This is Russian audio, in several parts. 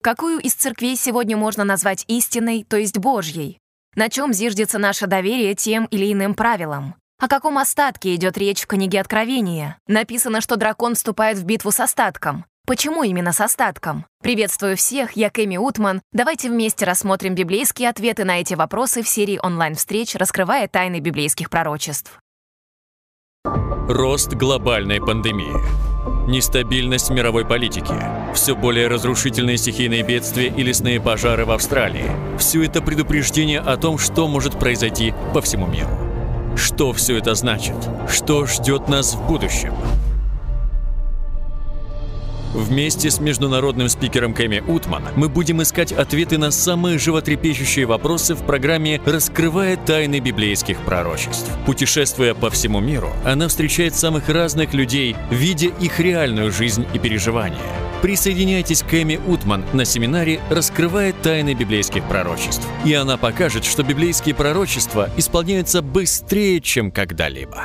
Какую из церквей сегодня можно назвать истинной, то есть Божьей? На чем зиждется наше доверие тем или иным правилам? О каком остатке идет речь в книге Откровения? Написано, что дракон вступает в битву с остатком. Почему именно с остатком? Приветствую всех, я Кэми Утман. Давайте вместе рассмотрим библейские ответы на эти вопросы в серии онлайн-встреч, раскрывая тайны библейских пророчеств. Рост глобальной пандемии. Нестабильность мировой политики. Все более разрушительные стихийные бедствия и лесные пожары в Австралии. Все это предупреждение о том, что может произойти по всему миру. Что все это значит? Что ждет нас в будущем? Вместе с международным спикером Кэми Утман мы будем искать ответы на самые животрепещущие вопросы в программе «Раскрывая тайны библейских пророчеств». Путешествуя по всему миру, она встречает самых разных людей, видя их реальную жизнь и переживания. Присоединяйтесь к Кэми Утман на семинаре «Раскрывая тайны библейских пророчеств». И она покажет, что библейские пророчества исполняются быстрее, чем когда-либо.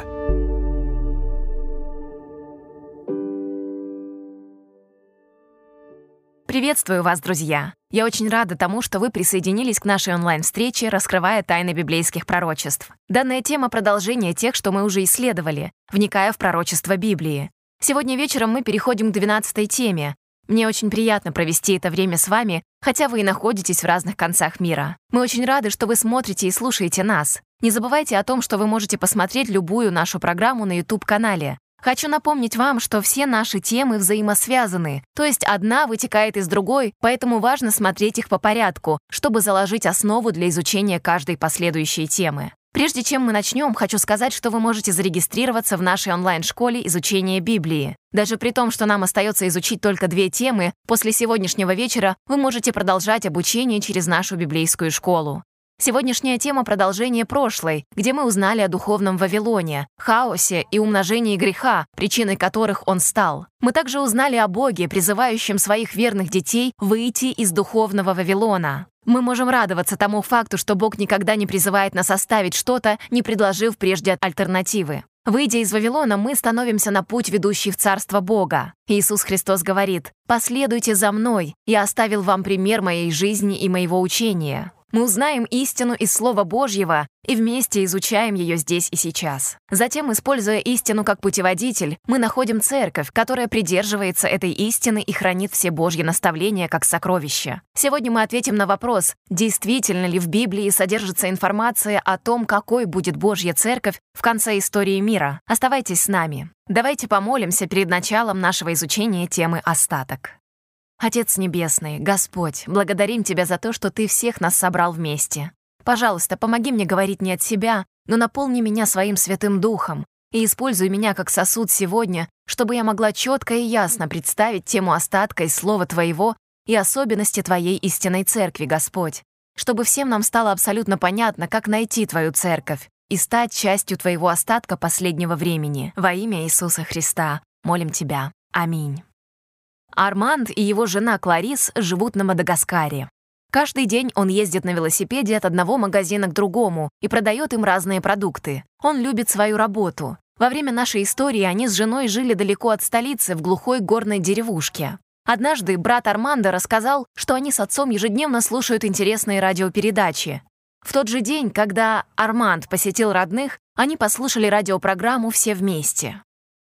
Приветствую вас, друзья! Я очень рада тому, что вы присоединились к нашей онлайн-встрече, раскрывая тайны библейских пророчеств. Данная тема — продолжение тех, что мы уже исследовали, вникая в пророчество Библии. Сегодня вечером мы переходим к 12-й теме. Мне очень приятно провести это время с вами, хотя вы и находитесь в разных концах мира. Мы очень рады, что вы смотрите и слушаете нас. Не забывайте о том, что вы можете посмотреть любую нашу программу на YouTube-канале. Хочу напомнить вам, что все наши темы взаимосвязаны, то есть одна вытекает из другой, поэтому важно смотреть их по порядку, чтобы заложить основу для изучения каждой последующей темы. Прежде чем мы начнем, хочу сказать, что вы можете зарегистрироваться в нашей онлайн-школе изучения Библии. Даже при том, что нам остается изучить только 2 темы, после сегодняшнего вечера вы можете продолжать обучение через нашу библейскую школу. Сегодняшняя тема — продолжение прошлой, где мы узнали о духовном Вавилоне, хаосе и умножении греха, причиной которых он стал. Мы также узнали о Боге, призывающем своих верных детей выйти из духовного Вавилона. Мы можем радоваться тому факту, что Бог никогда не призывает нас оставить что-то, не предложив прежде альтернативы. Выйдя из Вавилона, мы становимся на путь, ведущий в Царство Бога. Иисус Христос говорит: «Последуйте за мной, я оставил вам пример моей жизни и моего учения». Мы узнаем истину из Слова Божьего и вместе изучаем ее здесь и сейчас. Затем, используя истину как путеводитель, мы находим церковь, которая придерживается этой истины и хранит все Божьи наставления как сокровища. Сегодня мы ответим на вопрос, действительно ли в Библии содержится информация о том, какой будет Божья церковь в конце истории мира. Оставайтесь с нами. Давайте помолимся перед началом нашего изучения темы «Остаток». Отец Небесный, Господь, благодарим Тебя за то, что Ты всех нас собрал вместе. Пожалуйста, помоги мне говорить не от себя, но наполни меня своим Святым Духом и используй меня как сосуд сегодня, чтобы я могла четко и ясно представить тему остатка из Слова Твоего и особенности Твоей истинной церкви, Господь, чтобы всем нам стало абсолютно понятно, как найти Твою церковь и стать частью Твоего остатка последнего времени. Во имя Иисуса Христа молим Тебя. Аминь. Арманд и его жена Кларис живут на Мадагаскаре. Каждый день он ездит на велосипеде от одного магазина к другому и продает им разные продукты. Он любит свою работу. Во время нашей истории они с женой жили далеко от столицы, в глухой горной деревушке. Однажды брат Армандо рассказал, что они с отцом ежедневно слушают интересные радиопередачи. В тот же день, когда Арманд посетил родных, они послушали радиопрограмму «Все вместе».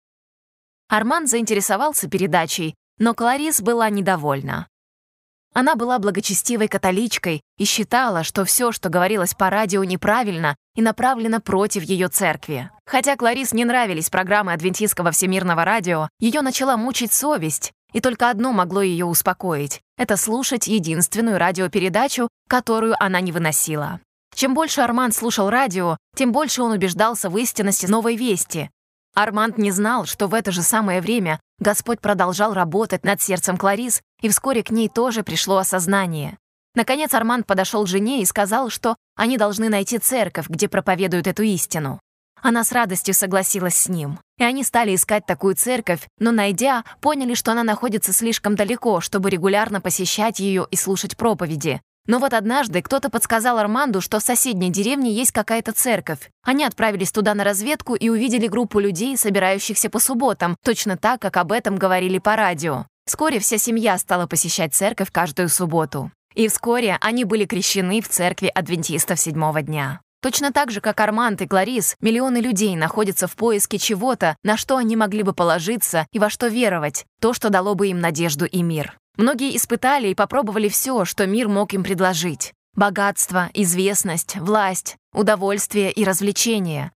Арманд заинтересовался передачей, но Кларис была недовольна. Она была благочестивой католичкой и считала, что все, что говорилось по радио, неправильно и направлено против ее церкви. Хотя Кларис не нравились программы адвентистского всемирного радио, ее начала мучить совесть, и только одно могло ее успокоить — это слушать единственную радиопередачу, которую она не выносила. Чем больше Арманд слушал радио, тем больше он убеждался в истинности новой вести. Арманд не знал, что в это же самое время Господь продолжал работать над сердцем Кларис, и вскоре к ней тоже пришло осознание. Наконец Арманд подошел к жене и сказал, что они должны найти церковь, где проповедуют эту истину. Она с радостью согласилась с ним. И они стали искать такую церковь, но, найдя, поняли, что она находится слишком далеко, чтобы регулярно посещать ее и слушать проповеди. Но вот однажды кто-то подсказал Арманду, что в соседней деревне есть какая-то церковь. Они отправились туда на разведку и увидели группу людей, собирающихся по субботам, точно так, как об этом говорили по радио. Вскоре вся семья стала посещать церковь каждую субботу. И вскоре они были крещены в церкви адвентистов седьмого дня. Точно так же, как Арманд и Кларис, миллионы людей находятся в поиске чего-то, на что они могли бы положиться и во что веровать, то, что дало бы им надежду и мир. Многие испытали и попробовали все, что мир мог им предложить. Богатство, известность, власть, удовольствие и развлечения.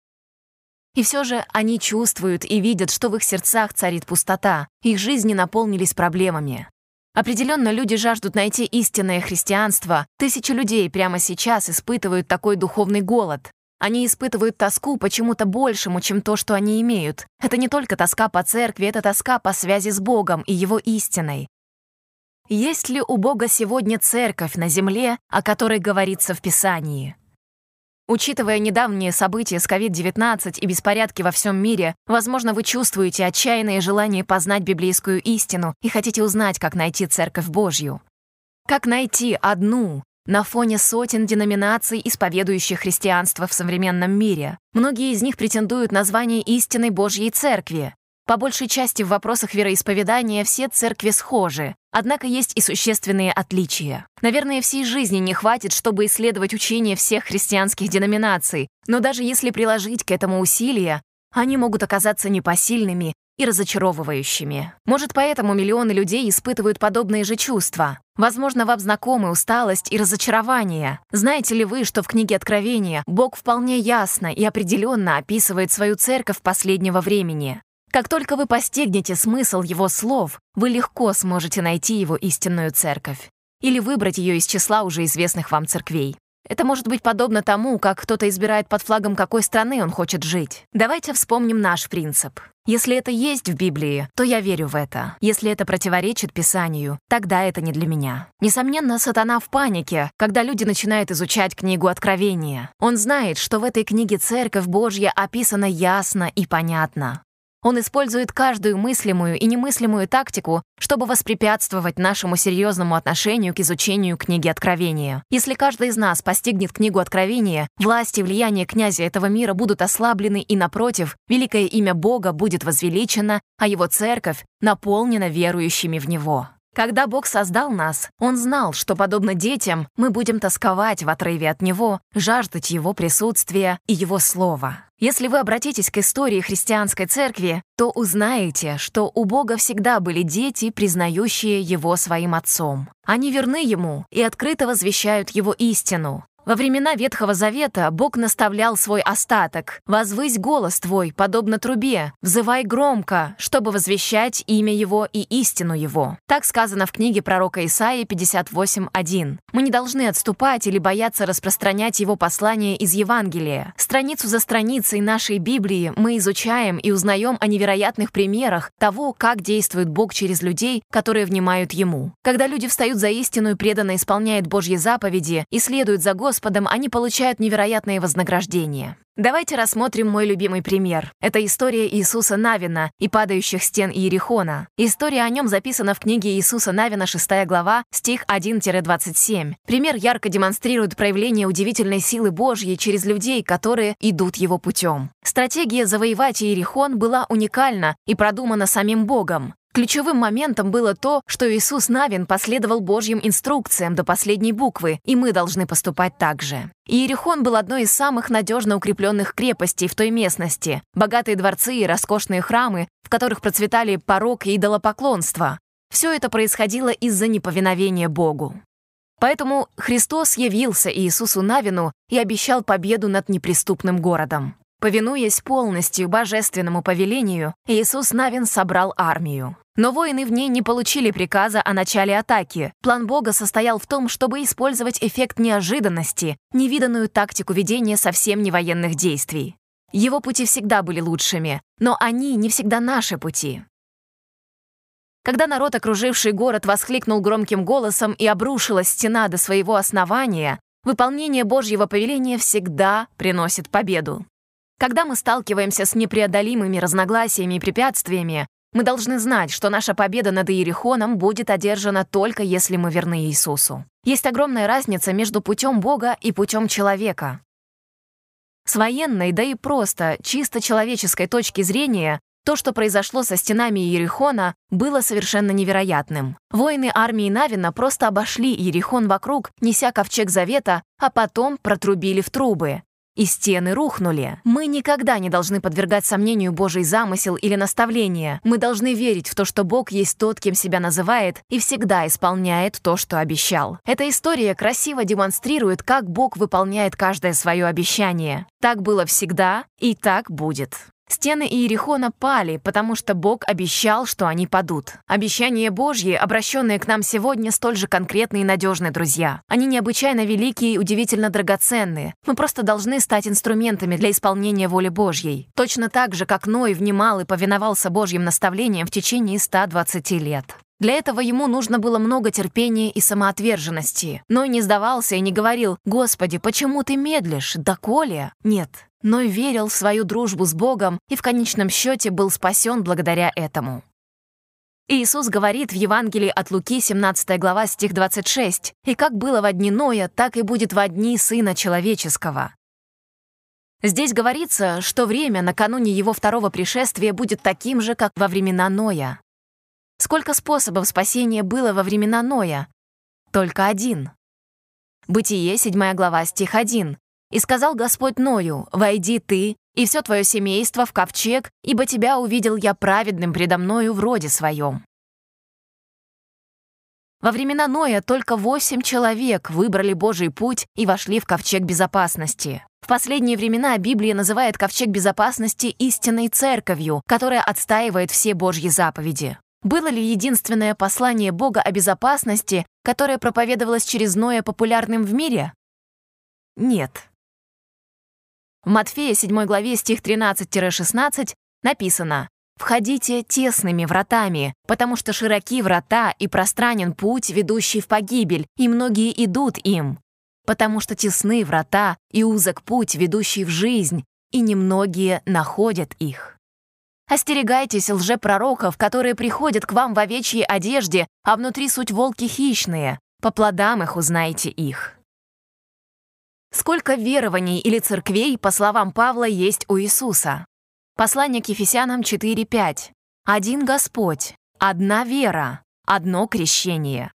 И все же они чувствуют и видят, что в их сердцах царит пустота, их жизни наполнились проблемами. Определенно, люди жаждут найти истинное христианство. Тысячи людей прямо сейчас испытывают такой духовный голод. Они испытывают тоску почему-то большему, чем то, что они имеют. Это не только тоска по церкви, это тоска по связи с Богом и Его истиной. Есть ли у Бога сегодня церковь на земле, о которой говорится в Писании? Учитывая недавние события с COVID-19 и беспорядки во всем мире, возможно, вы чувствуете отчаянное желание познать библейскую истину и хотите узнать, как найти Церковь Божью. Как найти одну на фоне сотен деноминаций, исповедующих христианство в современном мире? Многие из них претендуют на звание истинной Божьей Церкви. По большей части в вопросах вероисповедания все церкви схожи, однако есть и существенные отличия. Наверное, всей жизни не хватит, чтобы исследовать учение всех христианских деноминаций, но даже если приложить к этому усилия, они могут оказаться непосильными и разочаровывающими. Может, поэтому миллионы людей испытывают подобные же чувства. Возможно, вам знакомы усталость и разочарование. Знаете ли вы, что в книге Откровения Бог вполне ясно и определенно описывает свою церковь последнего времени? Как только вы постигнете смысл Его слов, вы легко сможете найти Его истинную церковь или выбрать ее из числа уже известных вам церквей. Это может быть подобно тому, как кто-то избирает под флагом какой страны он хочет жить. Давайте вспомним наш принцип. Если это есть в Библии, то я верю в это. Если это противоречит Писанию, тогда это не для меня. Несомненно, сатана в панике, когда люди начинают изучать книгу Откровения. Он знает, что в этой книге Церковь Божья описана ясно и понятно. Он использует каждую мыслимую и немыслимую тактику, чтобы воспрепятствовать нашему серьезному отношению к изучению книги Откровения. Если каждый из нас постигнет книгу Откровения, власть и влияние князя этого мира будут ослаблены, и, напротив, великое имя Бога будет возвеличено, а Его церковь наполнена верующими в Него. Когда Бог создал нас, Он знал, что, подобно детям, мы будем тосковать в отрыве от Него, жаждать Его присутствия и Его Слова. Если вы обратитесь к истории христианской церкви, то узнаете, что у Бога всегда были дети, признающие Его своим Отцом. Они верны Ему и открыто возвещают Его истину. Во времена Ветхого Завета Бог наставлял свой остаток: «Возвысь голос твой, подобно трубе, взывай громко, чтобы возвещать имя Его и истину Его». Так сказано в книге пророка Исаии 58:1. Мы не должны отступать или бояться распространять Его послание из Евангелия. Страницу за страницей нашей Библии мы изучаем и узнаем о невероятных примерах того, как действует Бог через людей, которые внимают Ему. Когда люди встают за истину и преданно исполняют Божьи заповеди и следуют за Господом, они получают невероятные вознаграждения. Давайте рассмотрим мой любимый пример. Это история Иисуса Навина и падающих стен Иерихона. История о нем записана в книге Иисуса Навина, 6 глава, стих 1-27. Пример ярко демонстрирует проявление удивительной силы Божьей через людей, которые идут его путем. Стратегия завоевать Иерихон была уникальна и продумана самим Богом. Ключевым моментом было то, что Иисус Навин последовал Божьим инструкциям до последней буквы, и мы должны поступать так же. Иерихон был одной из самых надежно укрепленных крепостей в той местности. Богатые дворцы и роскошные храмы, в которых процветали порок и идолопоклонство. Все это происходило из-за неповиновения Богу. Поэтому Христос явился Иисусу Навину и обещал победу над неприступным городом. Повинуясь полностью божественному повелению, Иисус Навин собрал армию. Но воины в ней не получили приказа о начале атаки. План Бога состоял в том, чтобы использовать эффект неожиданности, невиданную тактику ведения совсем не военных действий. Его пути всегда были лучшими, но они не всегда наши пути. Когда народ, окруживший город, воскликнул громким голосом и обрушилась стена до своего основания, выполнение Божьего повеления всегда приносит победу. Когда мы сталкиваемся с непреодолимыми разногласиями и препятствиями, мы должны знать, что наша победа над Иерихоном будет одержана только если мы верны Иисусу. Есть огромная разница между путем Бога и путем человека. С военной, да и просто чисто человеческой точки зрения, То, что произошло со стенами Иерихона, было совершенно невероятным. Воины армии Навина просто обошли Иерихон вокруг, неся ковчег завета, а потом протрубили в трубы. И стены рухнули. Мы никогда не должны подвергать сомнению Божий замысел или наставление. Мы должны верить в то, что Бог есть тот, кем себя называет, и всегда исполняет то, что обещал. Эта история красиво демонстрирует, как Бог выполняет каждое свое обещание. Так было всегда, и так будет. Стены Иерихона пали, потому что Бог обещал, что они падут. Обещания Божьи, обращенные к нам сегодня, столь же конкретны и надежны, друзья. Они необычайно великие и удивительно драгоценные. Мы просто должны стать инструментами для исполнения воли Божьей. Точно так же, как Ной внимал и повиновался Божьим наставлениям в течение 120 лет. Для этого ему нужно было много терпения и самоотверженности. Ной не сдавался и не говорил: «Господи, почему ты медлишь? Доколе?» Нет. Ной верил в свою дружбу с Богом и в конечном счете был спасен благодаря этому. Иисус говорит в Евангелии от Луки, 17 глава, стих 26, «И как было во дни Ноя, так и будет во дни Сына Человеческого». Здесь говорится, что время накануне его второго пришествия будет таким же, как во времена Ноя. Сколько способов спасения было во времена Ноя? Только один. Бытие, 7 глава, стих 1. «И сказал Господь Ною: войди ты и все твое семейство в ковчег, ибо тебя увидел я праведным предо мною в роде своем». Во времена Ноя только 8 человек выбрали Божий путь и вошли в ковчег безопасности. В последние времена Библия называет ковчег безопасности истинной церковью, которая отстаивает все Божьи заповеди. Было ли единственное послание Бога о безопасности, которое проповедовалось через Ноя, популярным в мире? Нет. В Матфея 7 главе стих 13-16 написано: «Входите тесными вратами, потому что широки врата и пространен путь, ведущий в погибель, и многие идут им. Потому что тесны врата и узок путь, ведущий в жизнь, и немногие находят их». Остерегайтесь лжепророков, которые приходят к вам в овечьей одежде, а внутри суть волки хищные. По плодам их узнаете их. Сколько верований или церквей, по словам Павла, есть у Иисуса? Послание к Ефесянам 4:5. Один Господь, одна вера, одно крещение.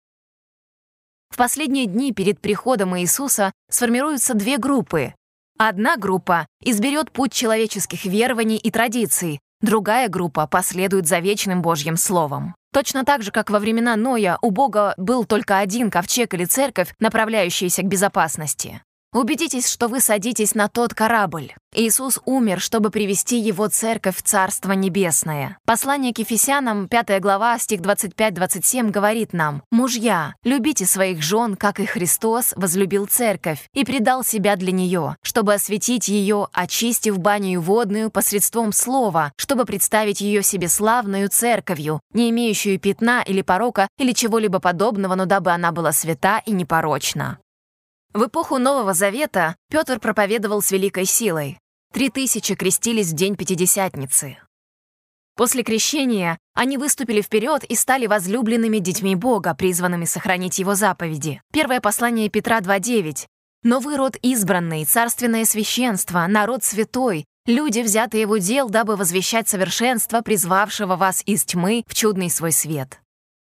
В последние дни перед приходом Иисуса сформируются две группы. Одна группа изберет путь человеческих верований и традиций, другая группа последует за вечным Божьим Словом. Точно так же, как во времена Ноя у Бога был только один ковчег или церковь, направляющаяся к безопасности. Убедитесь, что вы садитесь на тот корабль. Иисус умер, чтобы привести Его церковь в Царство Небесное. Послание к Ефесянам, 5 глава, стих 25-27 говорит нам: «Мужья, любите своих жен, как и Христос возлюбил церковь и предал себя для нее, чтобы осветить ее, очистив баню водную посредством слова, чтобы представить ее себе славную церковью, не имеющую пятна или порока или чего-либо подобного, но дабы она была свята и непорочна». В эпоху Нового Завета Петр проповедовал с великой силой. 3000 крестились в день Пятидесятницы. После крещения они выступили вперед и стали возлюбленными детьми Бога, призванными сохранить Его заповеди. Первое послание Петра 2:9. «Но вы род избранный, царственное священство, народ святой, люди, взятые в удел, дабы возвещать совершенство, призвавшего вас из тьмы в чудный свой свет».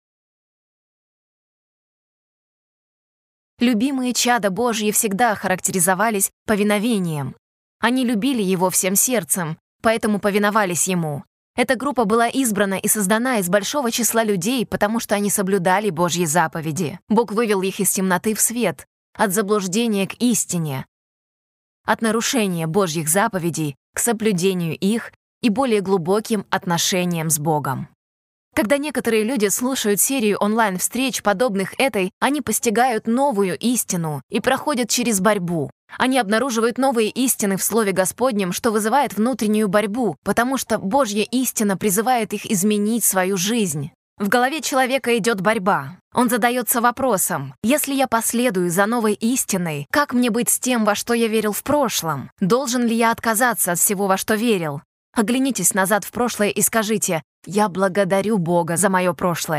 Любимые чада Божьи всегда характеризовались повиновением. Они любили Его всем сердцем, поэтому повиновались Ему. Эта группа была избрана и создана из большого числа людей, потому что они соблюдали Божьи заповеди. Бог вывел их из темноты в свет, от заблуждения к истине, от нарушения Божьих заповедей к соблюдению их и более глубоким отношениям с Богом. Когда некоторые люди слушают серию онлайн-встреч, подобных этой, они постигают новую истину и проходят через борьбу. Они обнаруживают новые истины в Слове Господнем, что вызывает внутреннюю борьбу, потому что Божья истина призывает их изменить свою жизнь. В голове человека идет борьба. Он задается вопросом: если я последую за новой истиной, как мне быть с тем, во что я верил в прошлом? Должен ли я отказаться от всего, во что верил? Оглянитесь назад в прошлое и скажите: «Я благодарю Бога за мое прошлое.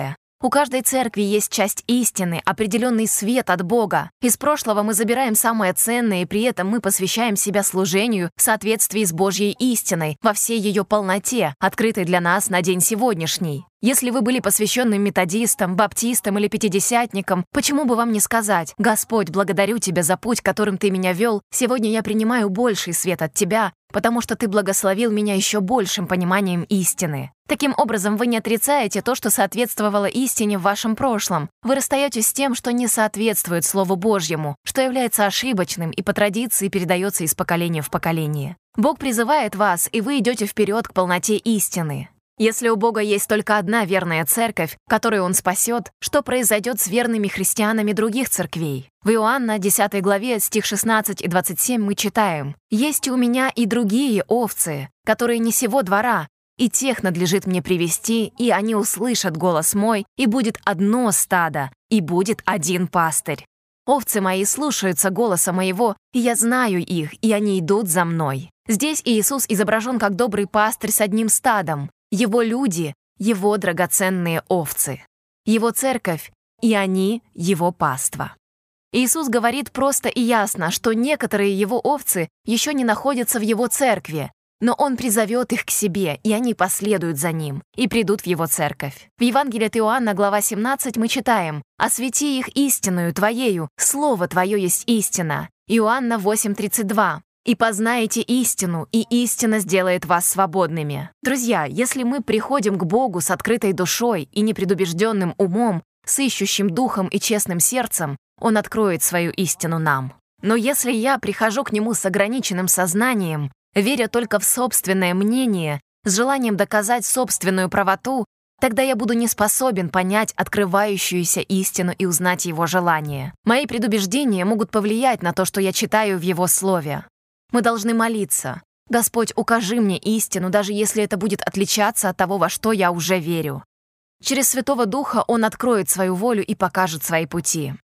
У каждой церкви есть часть истины, определенный свет от Бога. Из прошлого мы забираем самое ценное, и при этом мы посвящаем себя служению в соответствии с Божьей истиной во всей ее полноте, открытой для нас на день сегодняшний. Если вы были посвященным методистам, баптистам или пятидесятникам, почему бы вам не сказать: «Господь, благодарю Тебя за путь, которым Ты меня вел. Сегодня я принимаю больший свет от Тебя, потому что Ты благословил меня еще большим пониманием истины». Таким образом, вы не отрицаете то, что соответствовало истине в вашем прошлом. Вы расстаетесь с тем, что не соответствует Слову Божьему, что является ошибочным и по традиции передается из поколения в поколение. Бог призывает вас, и вы идете вперед к полноте истины. Если у Бога есть только одна верная церковь, которую Он спасет, что произойдет с верными христианами других церквей? В Иоанна 10 главе, стих 16 и 27 мы читаем: «Есть у меня и другие овцы, которые не сего двора, и тех надлежит мне привести, и они услышат голос мой, и будет одно стадо, и будет один пастырь. Овцы мои слушаются голоса моего, и я знаю их, и они идут за мной». Здесь Иисус изображен как добрый пастырь с одним стадом. Его люди — Его драгоценные овцы. Его церковь — и они — Его паства. Иисус говорит просто и ясно, что некоторые Его овцы еще не находятся в Его церкви, но Он призовет их к себе, и они последуют за Ним, и придут в Его церковь. В Евангелии от Иоанна, глава 17, мы читаем: «Освети их истинную Твоею, Слово Твое есть истина». Иоанна 8:32. «И познаете истину, и истина сделает вас свободными». Друзья, если мы приходим к Богу с открытой душой и непредубежденным умом, с ищущим духом и честным сердцем, Он откроет свою истину нам. Но если я прихожу к Нему с ограниченным сознанием, веря только в собственное мнение, с желанием доказать собственную правоту, тогда я буду не способен понять открывающуюся истину и узнать Его желание. Мои предубеждения могут повлиять на то, что я читаю в Его Слове. Мы должны молиться: «Господь, укажи мне истину, даже если это будет отличаться от того, во что я уже верю». Через Святого Духа Он откроет свою волю и покажет свои пути.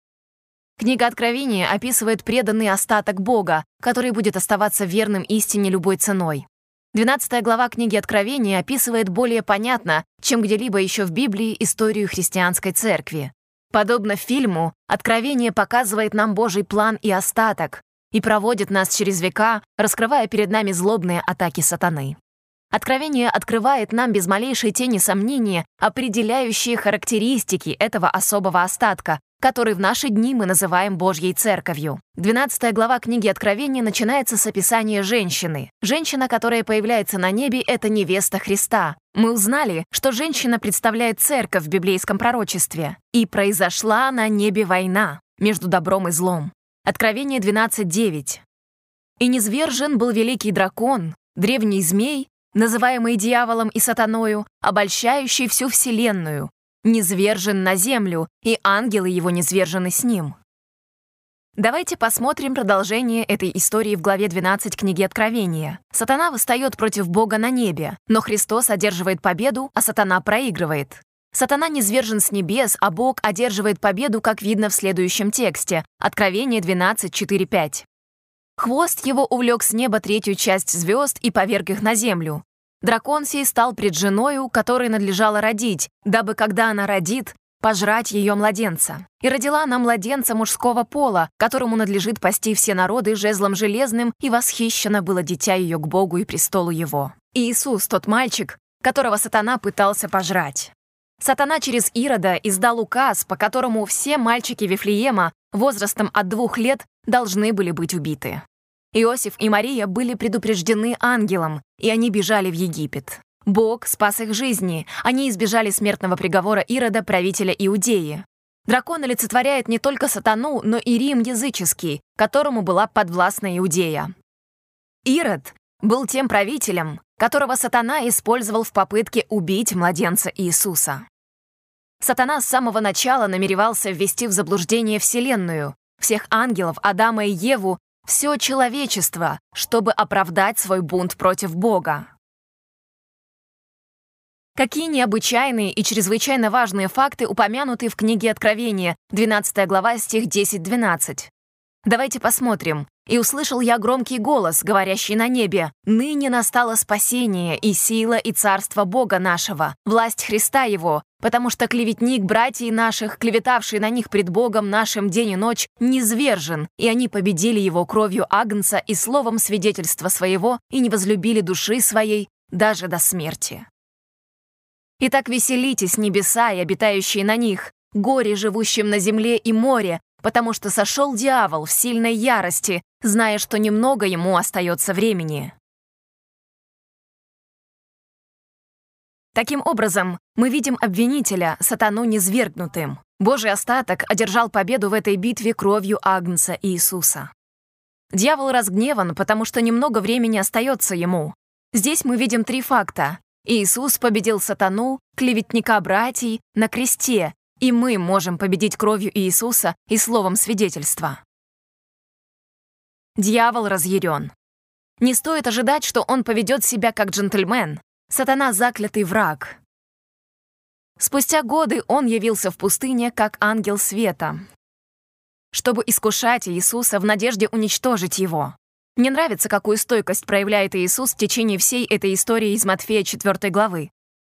Книга Откровения описывает преданный остаток Бога, который будет оставаться верным истине любой ценой. 12 глава книги Откровения описывает более понятно, чем где-либо еще в Библии, историю христианской церкви. Подобно фильму, Откровение показывает нам Божий план и остаток, и проводит нас через века, раскрывая перед нами злобные атаки сатаны. Откровение открывает нам без малейшей тени сомнения определяющие характеристики этого особого остатка, который в наши дни мы называем Божьей Церковью. 12 глава книги Откровения начинается с описания женщины. Женщина, которая появляется на небе, — это невеста Христа. Мы узнали, что женщина представляет церковь в библейском пророчестве. «И произошла на небе война между добром и злом». Откровение 12:9. «И низвержен был великий дракон, древний змей, называемый дьяволом и сатаною, обольщающий всю вселенную, низвержен на землю, и ангелы его низвержены с ним». Давайте посмотрим продолжение этой истории в главе 12 книги Откровения. Сатана восстает против Бога на небе, но Христос одерживает победу, а сатана проигрывает. Сатана низвержен с небес, а Бог одерживает победу, как видно в следующем тексте. Откровение 12:4-5. «Хвост его увлек с неба третью часть звезд и поверг их на землю. Дракон сей стал пред женою, которой надлежало родить, дабы, когда она родит, пожрать ее младенца. И родила она младенца мужского пола, которому надлежит пасти все народы жезлом железным, и восхищено было дитя ее к Богу и престолу его». Иисус — тот мальчик, которого сатана пытался пожрать. Сатана через Ирода издал указ, по которому все мальчики Вифлеема возрастом от 2 лет должны были быть убиты. Иосиф и Мария были предупреждены ангелом, и они бежали в Египет. Бог спас их жизни, они избежали смертного приговора Ирода, правителя Иудеи. Дракон олицетворяет не только сатану, но и Рим языческий, которому была подвластна Иудея. Ирод был тем правителем, которого сатана использовал в попытке убить младенца Иисуса. Сатана с самого начала намеревался ввести в заблуждение Вселенную, всех ангелов, Адама и Еву, все человечество, чтобы оправдать свой бунт против Бога. Какие необычайные и чрезвычайно важные факты упомянуты в книге Откровения, 12 глава, стих 10-12. Давайте посмотрим. «И услышал я громкий голос, говорящий на небе: ныне настало спасение и сила и царство Бога нашего, власть Христа Его, потому что клеветник братьев наших, клеветавший на них пред Богом нашим день и ночь, низвержен, и они победили его кровью Агнца и словом свидетельства своего, и не возлюбили души своей даже до смерти. Итак, веселитесь, небеса и обитающие на них, горе живущим на земле и море, потому что сошел дьявол в сильной ярости, зная, что немного ему остается времени». Таким образом, мы видим обвинителя, сатану низвергнутым. Божий остаток одержал победу в этой битве кровью Агнца Иисуса. Дьявол разгневан, потому что немного времени остается ему. Здесь мы видим 3 факта. Иисус победил сатану, клеветника братьев, на кресте, и мы можем победить кровью Иисуса и словом свидетельства. Дьявол разъярен. Не стоит ожидать, что он поведет себя как джентльмен. Сатана — заклятый враг. Спустя годы он явился в пустыне как ангел света, чтобы искушать Иисуса в надежде уничтожить его. Мне нравится, какую стойкость проявляет Иисус в течение всей этой истории из Матфея 4 главы.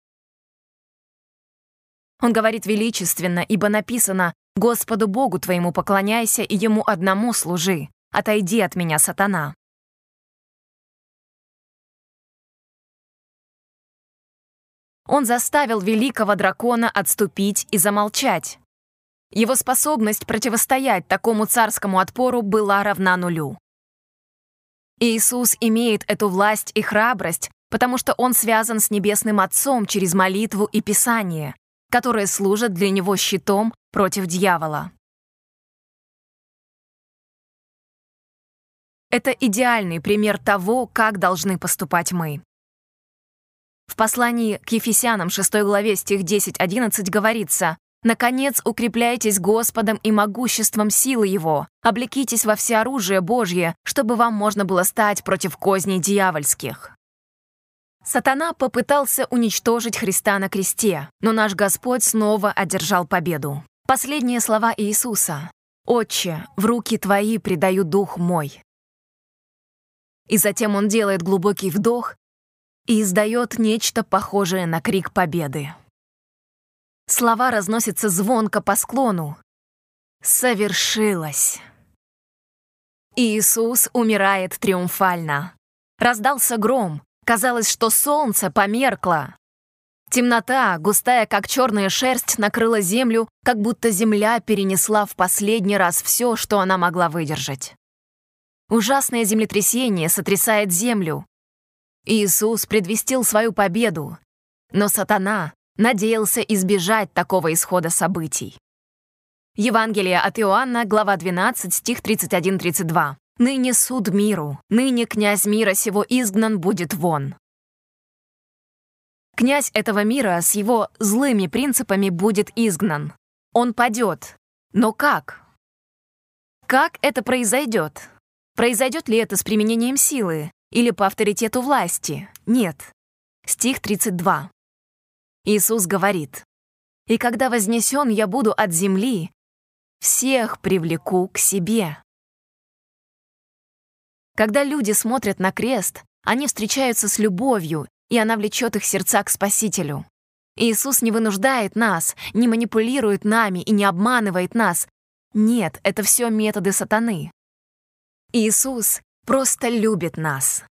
Он говорит величественно, ибо написано: «Господу Богу твоему поклоняйся и Ему одному служи. Отойди от меня, сатана». Он заставил великого дракона отступить и замолчать. Его способность противостоять такому царскому отпору была равна нулю. Иисус имеет эту власть и храбрость, потому что Он связан с Небесным Отцом через молитву и Писание, которые служат для Него щитом против дьявола. Это идеальный пример того, как должны поступать мы. В послании к Ефесянам 6 главе стих 10-11 говорится: «Наконец, укрепляйтесь Господом и могуществом силы Его, облекитесь во всеоружие Божье, чтобы вам можно было стать против козней дьявольских». Сатана попытался уничтожить Христа на кресте, но наш Господь снова одержал победу. Последние слова Иисуса: «Отче, в руки Твои предаю дух мой». И затем Он делает глубокий вдох и издает нечто похожее на крик победы. Слова разносятся звонко по склону. «Совершилось!» Иисус умирает триумфально. Раздался гром. Казалось, что солнце померкло. Темнота, густая как черная шерсть, накрыла землю, как будто земля перенесла в последний раз все, что она могла выдержать. Ужасное землетрясение сотрясает землю. Иисус предвестил свою победу, но сатана надеялся избежать такого исхода событий. Евангелие от Иоанна, глава 12, стих 31-32. «Ныне суд миру, ныне князь мира сего изгнан будет вон». Князь этого мира с его злыми принципами будет изгнан. Он падет. Но как? Как это произойдет? Произойдет ли это с применением силы или по авторитету власти? Нет. Стих 32. Иисус говорит: «И когда вознесен я буду от земли, всех привлеку к себе». Когда люди смотрят на крест, они встречаются с любовью, и она влечет их сердца к Спасителю. Иисус не вынуждает нас, не манипулирует нами и не обманывает нас. Нет, это все методы сатаны. Иисус просто любит нас.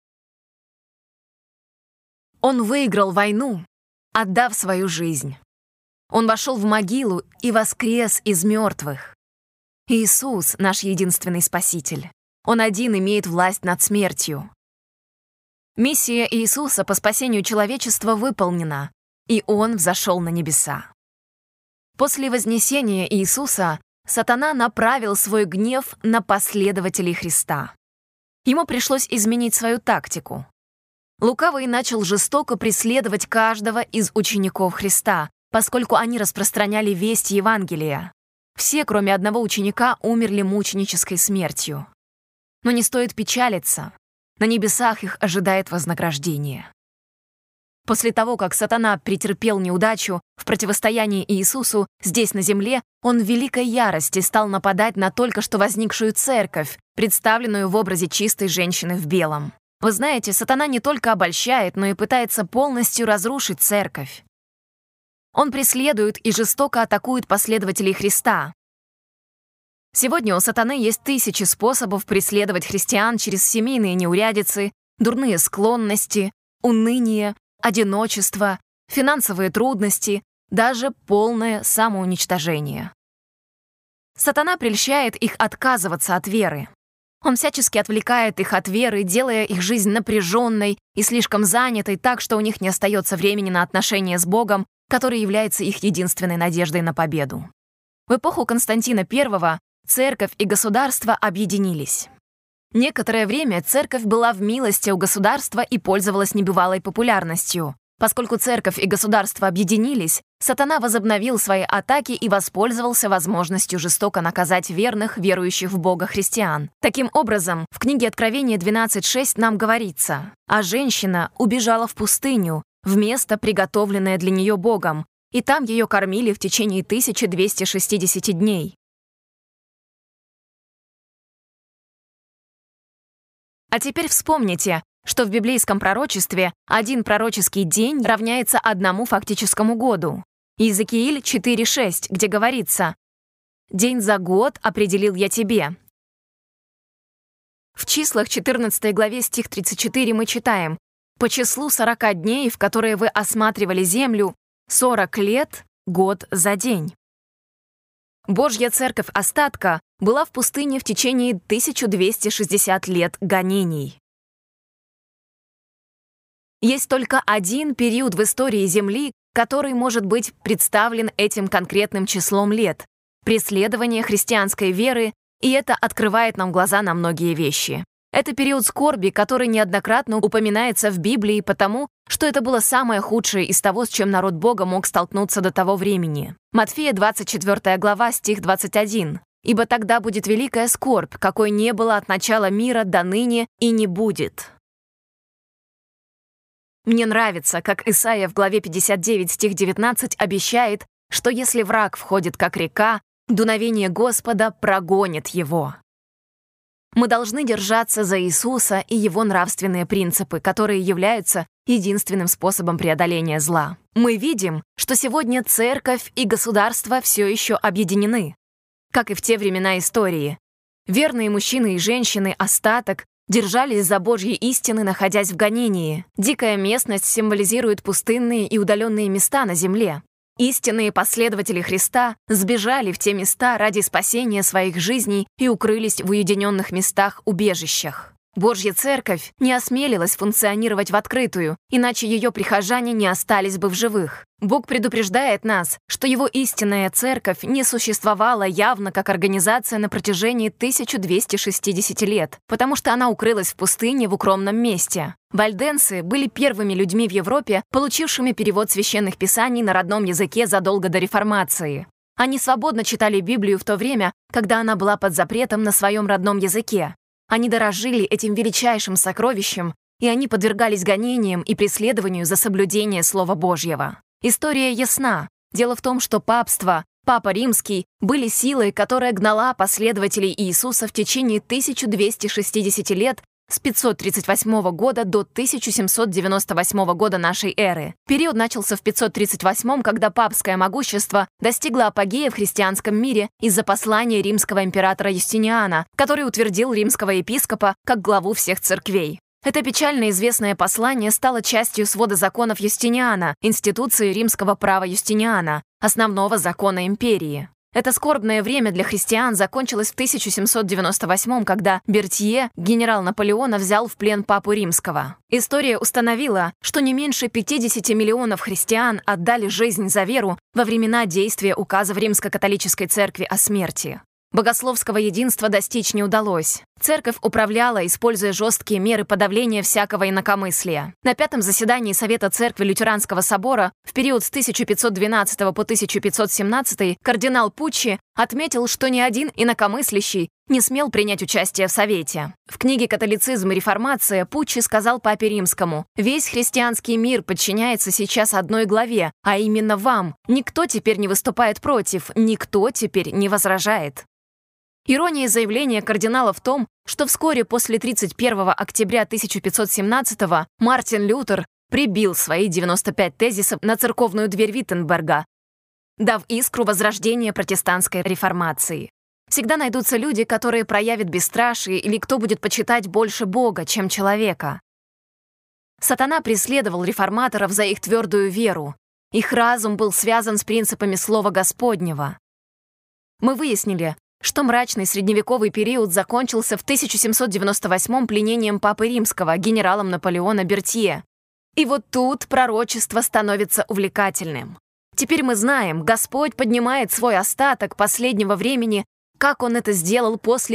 Он выиграл войну, отдав свою жизнь. Он вошел в могилу и воскрес из мертвых. Иисус — наш единственный Спаситель. Он один имеет власть над смертью. Миссия Иисуса по спасению человечества выполнена, и Он взошел на небеса. После вознесения Иисуса сатана направил свой гнев на последователей Христа. Ему пришлось изменить свою тактику. Лукавый начал жестоко преследовать каждого из учеников Христа, поскольку они распространяли весть Евангелия. Все, кроме одного ученика, умерли мученической смертью. Но не стоит печалиться. На небесах их ожидает вознаграждение. После того, как сатана претерпел неудачу в противостоянии Иисусу здесь на земле, он в великой ярости стал нападать на только что возникшую церковь, представленную в образе чистой женщины в белом. Вы знаете, сатана не только обольщает, но и пытается полностью разрушить церковь. Он преследует и жестоко атакует последователей Христа. Сегодня у сатаны есть тысячи способов преследовать христиан через семейные неурядицы, дурные склонности, уныние, одиночество, финансовые трудности, даже полное самоуничтожение. Сатана прельщает их отказываться от веры. Он всячески отвлекает их от веры, делая их жизнь напряженной и слишком занятой так, что у них не остается времени на отношения с Богом, который является их единственной надеждой на победу. В эпоху Константина I церковь и государство объединились. Некоторое время церковь была в милости у государства и пользовалась небывалой популярностью. Поскольку церковь и государство объединились, сатана возобновил свои атаки и воспользовался возможностью жестоко наказать верных, верующих в Бога христиан. Таким образом, в книге Откровения 12:6 нам говорится: «А женщина убежала в пустыню, в место, приготовленное для нее Богом, и там ее кормили в течение 1260 дней». А теперь вспомните, что в библейском пророчестве один пророческий день равняется одному фактическому году. Иезекииль 4:6, где говорится: «День за год определил я тебе». В числах 14 главе стих 34 мы читаем: «По числу 40 дней, в которые вы осматривали землю, 40 лет, год за день». Божья церковь остатка была в пустыне в течение 1260 лет гонений. Есть только один период в истории Земли, который может быть представлен этим конкретным числом лет — преследование христианской веры, и это открывает нам глаза на многие вещи. Это период скорби, который неоднократно упоминается в Библии, потому что это было самое худшее из того, с чем народ Бога мог столкнуться до того времени. Матфея 24 глава, стих 21. «Ибо тогда будет великая скорбь, какой не было от начала мира до ныне и не будет». Мне нравится, как Исайя в главе 59, стих 19 обещает, что если враг входит как река, дуновение Господа прогонит его. Мы должны держаться за Иисуса и Его нравственные принципы, которые являются единственным способом преодоления зла. Мы видим, что сегодня церковь и государство все еще объединены, как и в те времена истории. Верные мужчины и женщины, остаток, держались за Божьи истины, находясь в гонении. Дикая местность символизирует пустынные и удаленные места на земле. Истинные последователи Христа сбежали в те места ради спасения своих жизней и укрылись в уединенных местах-убежищах. Божья церковь не осмелилась функционировать в открытую, иначе ее прихожане не остались бы в живых. Бог предупреждает нас, что Его истинная церковь не существовала явно как организация на протяжении 1260 лет, потому что она укрылась в пустыне в укромном месте. Вальденцы были первыми людьми в Европе, получившими перевод священных писаний на родном языке задолго до Реформации. Они свободно читали Библию в то время, когда она была под запретом на своем родном языке. Они дорожили этим величайшим сокровищем, и они подвергались гонениям и преследованию за соблюдение Слова Божьего. История ясна. Дело в том, что папство, Папа Римский, были силой, которая гнала последователей Иисуса в течение 1260 лет с 538 года до 1798 года нашей эры. Период начался в 538, когда папское могущество достигло апогея в христианском мире из-за послания римского императора Юстиниана, который утвердил римского епископа как главу всех церквей. Это печально известное послание стало частью свода законов Юстиниана, институции римского права Юстиниана, основного закона империи. Это скорбное время для христиан закончилось в 1798, когда Бертье, генерал Наполеона, взял в плен папу римского. История установила, что не меньше 50 миллионов христиан отдали жизнь за веру во времена действия указов Римско-католической церкви о смерти. Богословского единства достичь не удалось. Церковь управляла, используя жесткие меры подавления всякого инакомыслия. На пятом заседании Совета Церкви Лютеранского собора в период с 1512 по 1517 кардинал Пуччи отметил, что ни один инакомыслящий не смел принять участие в Совете. В книге «Католицизм и реформация» Пуччи сказал Папе Римскому: «Весь христианский мир подчиняется сейчас одной главе, а именно вам. Никто теперь не выступает против, никто теперь не возражает». Ирония заявления кардинала в том, что вскоре после 31 октября 1517 Мартин Лютер прибил свои 95 тезисов на церковную дверь Виттенберга, дав искру возрождения протестантской реформации. Всегда найдутся люди, которые проявят бесстрашие, или кто будет почитать больше Бога, чем человека. Сатана преследовал реформаторов за их твердую веру. Их разум был связан с принципами Слова Господнего. Мы выяснили, что мрачный средневековый период закончился в 1798 пленением Папы Римского генералом Наполеона Бертье. И вот тут пророчество становится увлекательным. Теперь мы знаем, Господь поднимает свой остаток последнего времени, как Он это сделал после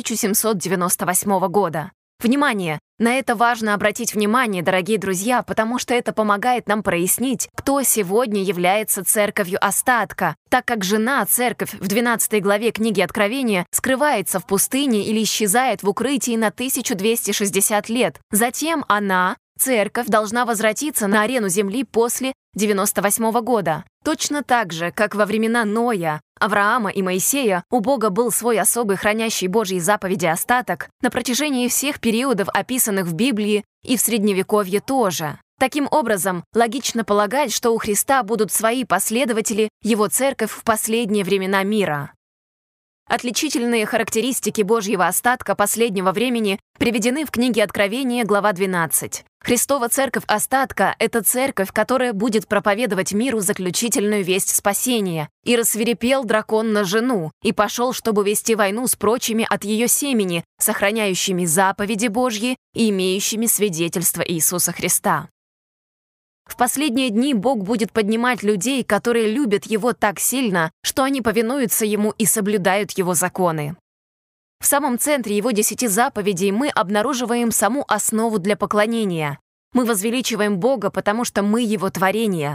1798 года. Внимание! На это важно обратить внимание, дорогие друзья, потому что это помогает нам прояснить, кто сегодня является церковью остатка, так как жена, церковь, в 12 главе книги Откровения скрывается в пустыне или исчезает в укрытии на 1260 лет. Затем она, церковь, должна возвратиться на арену земли после 98 года. Точно так же, как во времена Ноя, Авраама и Моисея у Бога был свой особый хранящий Божьи заповеди остаток, на протяжении всех периодов, описанных в Библии, и в Средневековье тоже. Таким образом, логично полагать, что у Христа будут свои последователи, Его церковь в последние времена мира. Отличительные характеристики Божьего остатка последнего времени приведены в книге Откровения, глава 12. Христова церковь остатка — это церковь, которая будет проповедовать миру заключительную весть спасения. «И рассвирепел дракон на жену, и пошел, чтобы вести войну с прочими от ее семени, сохраняющими заповеди Божьи и имеющими свидетельство Иисуса Христа». В последние дни Бог будет поднимать людей, которые любят Его так сильно, что они повинуются Ему и соблюдают Его законы. В самом центре Его 10 заповедей мы обнаруживаем саму основу для поклонения. Мы возвеличиваем Бога, потому что мы Его творение.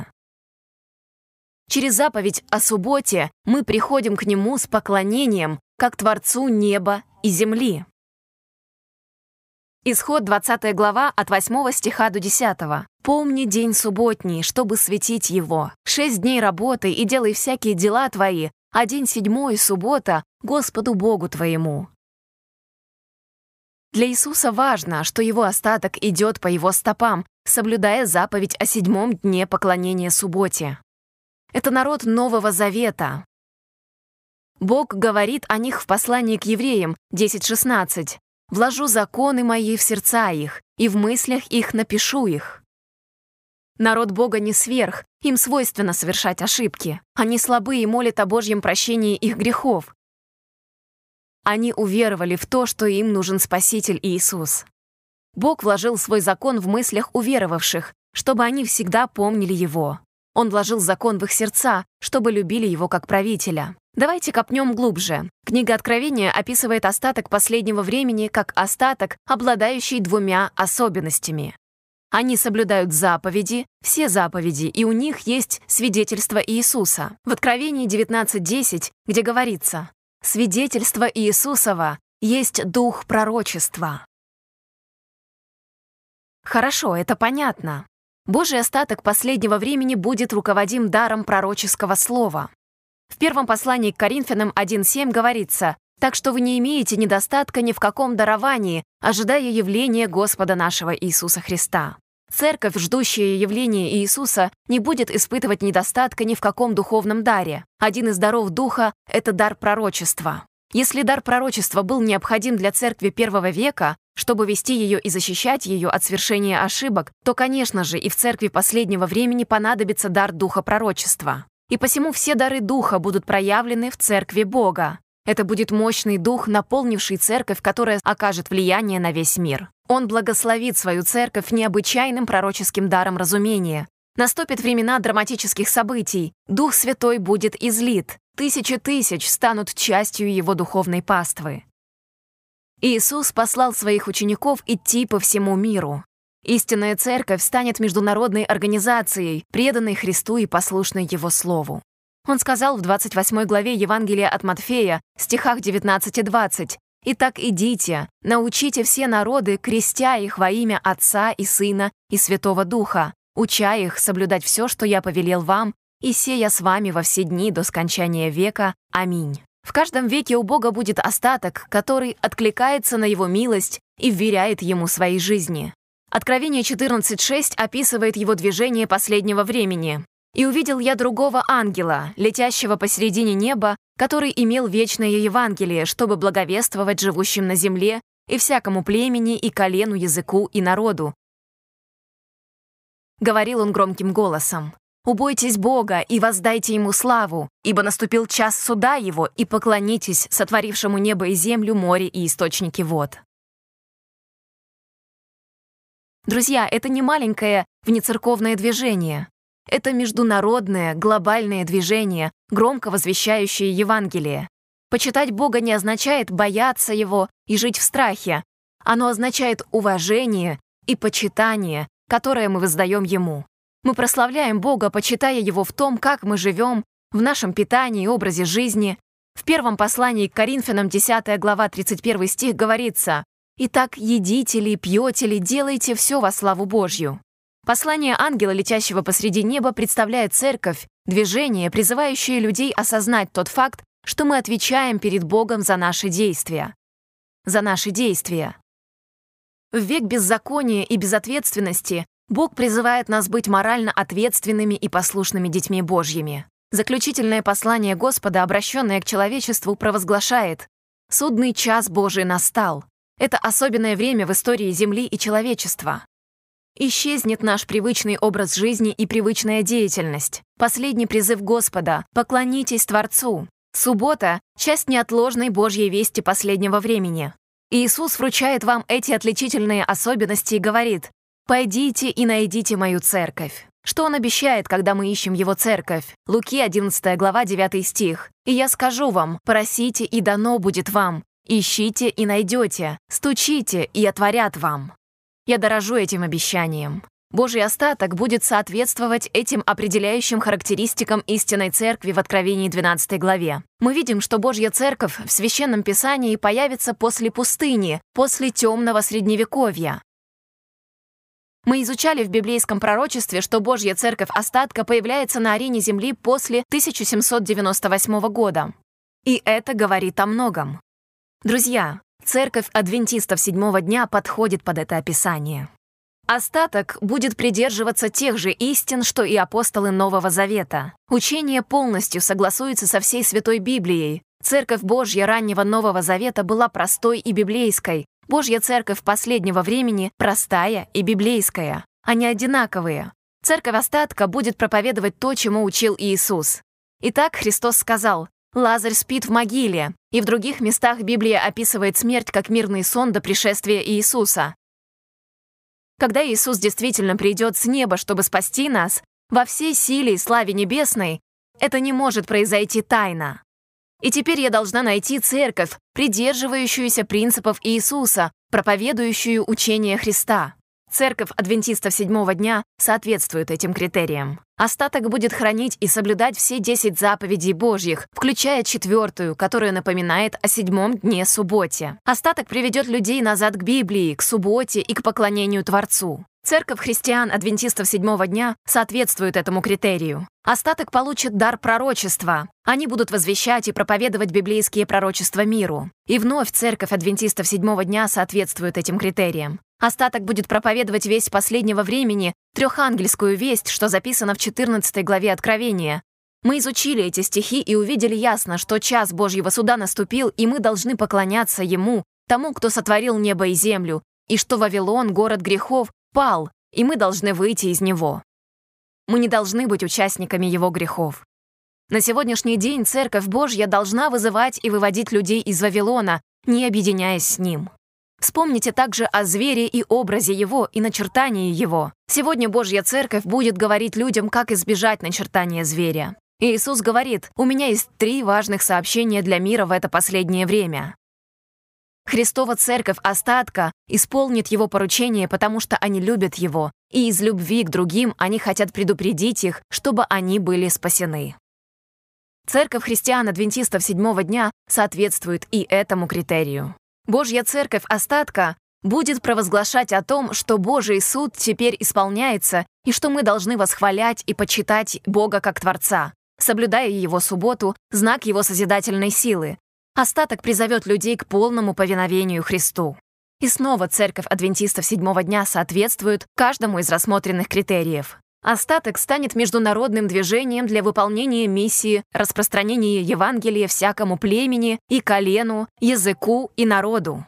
Через заповедь о субботе мы приходим к Нему с поклонением, как Творцу неба и земли. Исход 20 глава от 8 стиха до 10. «Помни день субботний, чтобы светить его. 6 дней работай и делай всякие дела твои, а день 7 суббота Господу Богу твоему». Для Иисуса важно, что Его остаток идет по Его стопам, соблюдая заповедь о 7 дне поклонения субботе. Это народ Нового Завета. Бог говорит о них в послании к евреям 10:16. «Вложу законы мои в сердца их, и в мыслях их напишу их». Народ Бога не сверх, им свойственно совершать ошибки. Они слабы и молят о Божьем прощении их грехов. Они уверовали в то, что им нужен Спаситель Иисус. Бог вложил свой закон в мыслях уверовавших, чтобы они всегда помнили Его. Он вложил закон в их сердца, чтобы любили Его как правителя. Давайте копнем глубже. Книга Откровения описывает остаток последнего времени как остаток, обладающий 2 особенностями. Они соблюдают заповеди, все заповеди, и у них есть свидетельство Иисуса. В Откровении 19:10, где говорится: «Свидетельство Иисусова есть дух пророчества». Хорошо, это понятно. Божий остаток последнего времени будет руководим даром пророческого слова. В первом послании к Коринфянам 1:7 говорится: «Так что вы не имеете недостатка ни в каком даровании, ожидая явления Господа нашего Иисуса Христа». Церковь, ждущая явления Иисуса, не будет испытывать недостатка ни в каком духовном даре. Один из даров Духа — это дар пророчества. Если дар пророчества был необходим для церкви первого века, чтобы вести ее и защищать ее от свершения ошибок, то, конечно же, и в церкви последнего времени понадобится дар Духа пророчества. И посему все дары Духа будут проявлены в церкви Бога. Это будет мощный Дух, наполнивший церковь, которая окажет влияние на весь мир. Он благословит свою церковь необычайным пророческим даром разумения. Наступят времена драматических событий. Дух Святой будет излит. Тысячи тысяч станут частью Его духовной паствы. Иисус послал своих учеников идти по всему миру. Истинная церковь станет международной организацией, преданной Христу и послушной Его Слову. Он сказал в 28 главе Евангелия от Матфея, стихах 19 и 20: «Итак идите, научите все народы, крестя их во имя Отца и Сына и Святого Духа, уча их соблюдать все, что я повелел вам, и сея с вами во все дни до скончания века. Аминь». В каждом веке у Бога будет остаток, который откликается на Его милость и вверяет Ему своей жизни. Откровение 14:6 описывает Его движение последнего времени. «И увидел я другого ангела, летящего посередине неба, который имел вечное Евангелие, чтобы благовествовать живущим на земле и всякому племени и колену, языку и народу». Говорил он громким голосом: «Убойтесь Бога и воздайте Ему славу, ибо наступил час суда Его, и поклонитесь сотворившему небо и землю, море и источники вод». Друзья, это не маленькое внецерковное движение. Это международное, глобальное движение, громко возвещающее Евангелие. Почитать Бога не означает бояться Его и жить в страхе. Оно означает уважение и почитание, которое мы воздаем Ему. Мы прославляем Бога, почитая Его в том, как мы живем, в нашем питании и образе жизни. В первом послании к Коринфянам, 10 глава, 31 стих, говорится: «Итак, едите ли, пьете ли, делайте все во славу Божью». Послание ангела, летящего посреди неба, представляет церковь, движение, призывающее людей осознать тот факт, что мы отвечаем перед Богом за наши действия. За наши действия. В век беззакония и безответственности Бог призывает нас быть морально ответственными и послушными детьми Божьими. Заключительное послание Господа, обращенное к человечеству, провозглашает: «Судный час Божий настал». Это особенное время в истории Земли и человечества. Исчезнет наш привычный образ жизни и привычная деятельность. Последний призыв Господа — поклонитесь Творцу. Суббота — часть неотложной Божьей вести последнего времени. Иисус вручает вам эти отличительные особенности и говорит: «Пойдите и найдите мою церковь». Что Он обещает, когда мы ищем Его церковь? Луки, 11 глава, 9 стих. «И я скажу вам, просите, и дано будет вам. Ищите и найдете, стучите и отворят вам». Я дорожу этим обещанием. Божий остаток будет соответствовать этим определяющим характеристикам истинной церкви в Откровении 12 главе. Мы видим, что Божья церковь в Священном Писании появится после пустыни, после темного Средневековья. Мы изучали в библейском пророчестве, что Божья церковь остатка появляется на арене Земли после 1798 года. И это говорит о многом. Друзья, церковь адвентистов седьмого дня подходит под это описание. Остаток будет придерживаться тех же истин, что и апостолы Нового Завета. Учение полностью согласуется со всей Святой Библией. Церковь Божья раннего Нового Завета была простой и библейской. Божья церковь последнего времени простая и библейская. Они одинаковые. Церковь остатка будет проповедовать то, чему учил Иисус. Итак, Христос сказал: «Лазарь спит в могиле», и в других местах Библия описывает смерть как мирный сон до пришествия Иисуса. Когда Иисус действительно придет с неба, чтобы спасти нас, во всей силе и славе небесной, это не может произойти тайно. И теперь я должна найти церковь, придерживающуюся принципов Иисуса, проповедующую учение Христа. Церковь адвентистов седьмого дня соответствует этим критериям. Остаток будет хранить и соблюдать все 10 заповедей Божьих, включая 4-ю, которая напоминает о 7-м дне субботе. Остаток приведет людей назад к Библии, к субботе и к поклонению Творцу. Церковь христиан-адвентистов седьмого дня соответствует этому критерию. Остаток получит дар пророчества. Они будут возвещать и проповедовать библейские пророчества миру. И вновь церковь адвентистов седьмого дня соответствует этим критериям. Остаток будет проповедовать весть последнего времени, трехангельскую весть, что записано в 14 главе Откровения. Мы изучили эти стихи и увидели ясно, что час Божьего суда наступил, и мы должны поклоняться Ему, тому, кто сотворил небо и землю, и что Вавилон, город грехов, пал, и мы должны выйти из него. Мы не должны быть участниками его грехов. На сегодняшний день Церковь Божья должна вызывать и выводить людей из Вавилона, не объединяясь с ним. Вспомните также о звере и образе его и начертании его. Сегодня Божья Церковь будет говорить людям, как избежать начертания зверя. Иисус говорит: «У меня есть 3 важных сообщения для мира в это последнее время». Христова церковь остатка исполнит его поручение, потому что они любят его, и из любви к другим они хотят предупредить их, чтобы они были спасены. Церковь христиан-адвентистов седьмого дня соответствует и этому критерию. Божья церковь остатка будет провозглашать о том, что Божий суд теперь исполняется и что мы должны восхвалять и почитать Бога как Творца, соблюдая Его субботу, знак Его созидательной силы. Остаток призовет людей к полному повиновению Христу. И снова церковь адвентистов седьмого дня соответствует каждому из рассмотренных критериев. Остаток станет международным движением для выполнения миссии распространения Евангелия всякому племени и колену, языку и народу.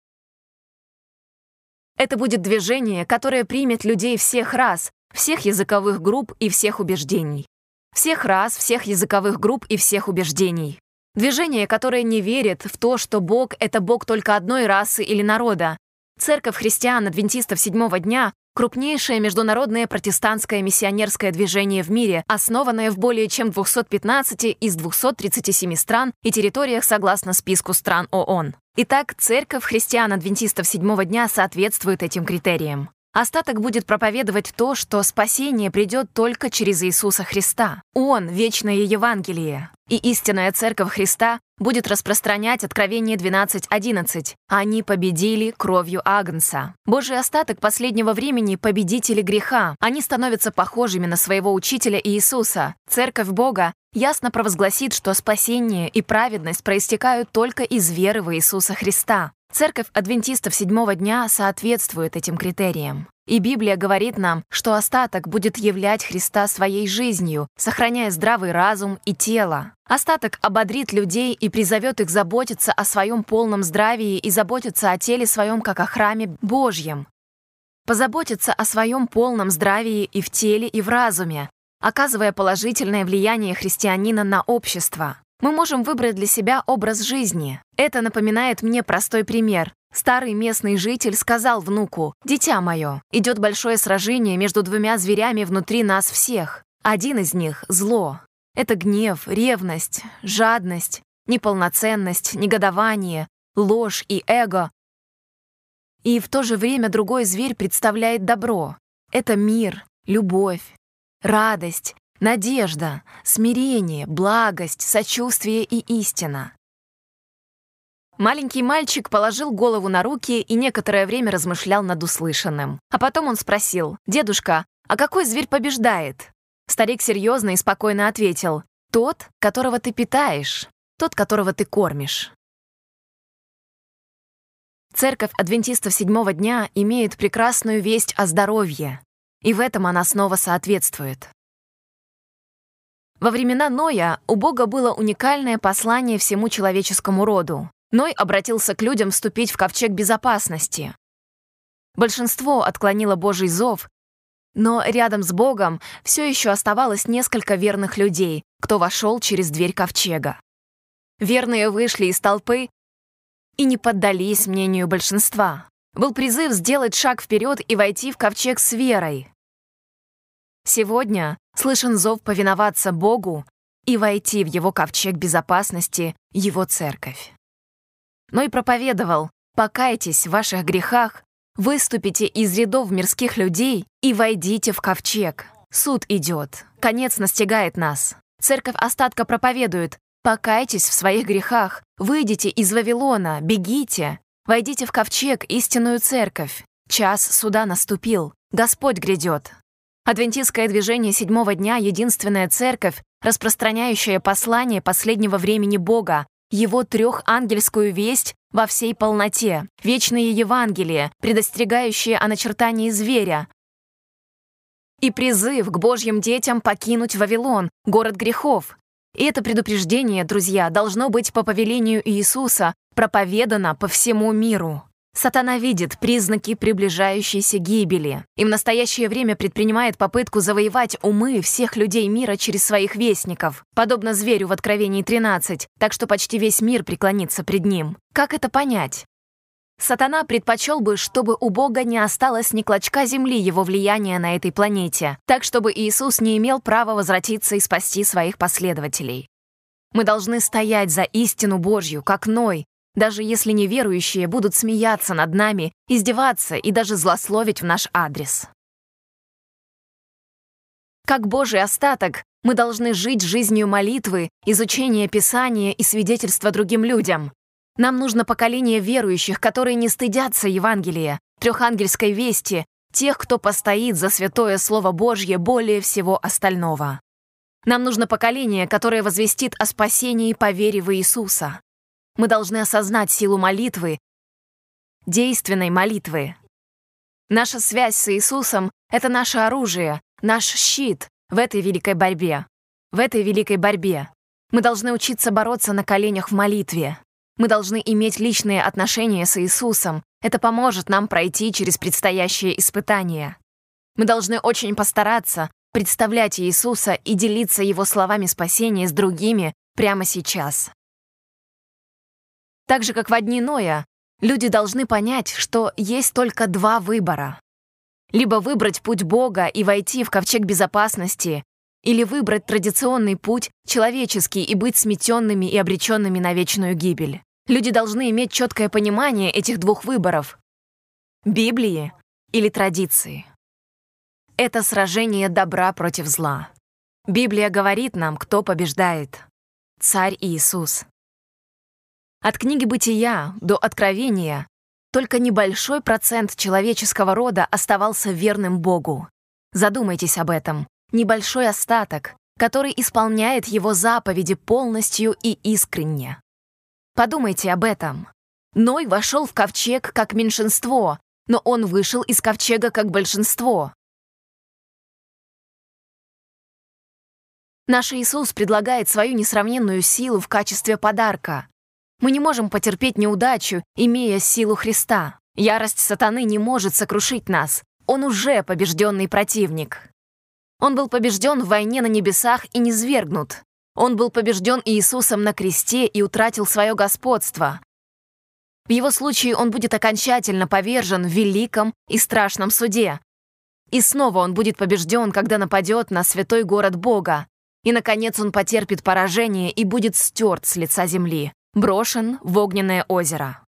Это будет движение, которое примет людей всех рас, всех языковых групп и всех убеждений. Всех рас, всех языковых групп и всех убеждений. Движение, которое не верит в то, что Бог — это Бог только одной расы или народа. Церковь христиан-адвентистов седьмого дня — крупнейшее международное протестантское миссионерское движение в мире, основанное в более чем 215 из 237 стран и территориях согласно списку стран ООН. Итак, церковь христиан-адвентистов седьмого дня соответствует этим критериям. Остаток будет проповедовать то, что спасение придет только через Иисуса Христа. Он — вечное Евангелие. И истинная церковь Христа будет распространять Откровение 12:11. Они победили кровью Агнца. Божий остаток последнего времени — победители греха. Они становятся похожими на своего учителя Иисуса. Церковь Бога ясно провозгласит, что спасение и праведность проистекают только из веры в Иисуса Христа. Церковь адвентистов седьмого дня соответствует этим критериям. И Библия говорит нам, что остаток будет являть Христа своей жизнью, сохраняя здравый разум и тело. Остаток ободрит людей и призовет их заботиться о своем полном здравии и заботиться о теле своем, как о храме Божьем. Позаботиться о своем полном здравии и в теле, и в разуме, оказывая положительное влияние христианина на общество. Мы можем выбрать для себя образ жизни. Это напоминает мне простой пример. Старый местный житель сказал внуку: «Дитя мое, идет большое сражение между двумя зверями внутри нас всех. Один из них — зло. Это гнев, ревность, жадность, неполноценность, негодование, ложь и эго. И в то же время другой зверь представляет добро. Это мир, любовь, радость, надежда, смирение, благость, сочувствие и истина». Маленький мальчик положил голову на руки и некоторое время размышлял над услышанным. А потом он спросил: «Дедушка, а какой зверь побеждает?» Старик серьезно и спокойно ответил: «Тот, которого ты питаешь, тот, которого ты кормишь». Церковь адвентистов седьмого дня имеет прекрасную весть о здоровье, и в этом она снова соответствует. Во времена Ноя у Бога было уникальное послание всему человеческому роду. Ной обратился к людям вступить в ковчег безопасности. Большинство отклонило Божий зов, но рядом с Богом все еще оставалось несколько верных людей, кто вошел через дверь ковчега. Верные вышли из толпы и не поддались мнению большинства. Был призыв сделать шаг вперед и войти в ковчег с верой. Сегодня слышен зов повиноваться Богу и войти в Его ковчег безопасности, Его церковь. Но и проповедовал: «Покайтесь в ваших грехах, выступите из рядов мирских людей и войдите в ковчег. Суд идет, конец настигает нас». Церковь остатка проповедует: «Покайтесь в своих грехах, выйдите из Вавилона, бегите, войдите в ковчег, истинную церковь. Час суда наступил, Господь грядет». Адвентистское движение седьмого дня — единственная церковь, распространяющая послание последнего времени Бога, Его трехангельскую весть во всей полноте, вечное Евангелие, предостерегающее о начертании зверя, и призыв к Божьим детям покинуть Вавилон, город грехов. И это предупреждение, друзья, должно быть по повелению Иисуса проповедано по всему миру. Сатана видит признаки приближающейся гибели и в настоящее время предпринимает попытку завоевать умы всех людей мира через своих вестников, подобно зверю в Откровении 13, так что почти весь мир преклонится пред ним. Как это понять? Сатана предпочел бы, чтобы у Бога не осталось ни клочка земли его влияния на этой планете, так чтобы Иисус не имел права возвратиться и спасти своих последователей. Мы должны стоять за истину Божью, как Ной, даже если неверующие будут смеяться над нами, издеваться и даже злословить в наш адрес. Как Божий остаток, мы должны жить жизнью молитвы, изучения Писания и свидетельства другим людям. Нам нужно поколение верующих, которые не стыдятся Евангелия, трехангельской вести, тех, кто постоит за святое Слово Божье более всего остального. Нам нужно поколение, которое возвестит о спасении по вере в Иисуса. Мы должны осознать силу молитвы, действенной молитвы. Наша связь с Иисусом — это наше оружие, наш щит в этой великой борьбе. В этой великой борьбе мы должны учиться бороться на коленях в молитве. Мы должны иметь личные отношения с Иисусом. Это поможет нам пройти через предстоящие испытания. Мы должны очень постараться представлять Иисуса и делиться Его словами спасения с другими прямо сейчас. Так же, как во дни Ноя, люди должны понять, что есть только два выбора. Либо выбрать путь Бога и войти в ковчег безопасности, или выбрать традиционный путь, человеческий, и быть сметенными и обреченными на вечную гибель. Люди должны иметь четкое понимание этих двух выборов — Библии или традиции. Это сражение добра против зла. Библия говорит нам, кто побеждает. Царь Иисус. От книги Бытия до Откровения только небольшой процент человеческого рода оставался верным Богу. Задумайтесь об этом. Небольшой остаток, который исполняет Его заповеди полностью и искренне. Подумайте об этом. Ной вошел в ковчег как меньшинство, но он вышел из ковчега как большинство. Наш Иисус предлагает свою несравненную силу в качестве подарка. Мы не можем потерпеть неудачу, имея силу Христа. Ярость сатаны не может сокрушить нас. Он уже побежденный противник. Он был побежден в войне на небесах и низвергнут. Он был побежден Иисусом на кресте и утратил свое господство. В его случае он будет окончательно повержен в великом и страшном суде. И снова он будет побежден, когда нападет на святой город Бога. И, наконец, он потерпит поражение и будет стерт с лица земли, брошен в огненное озеро.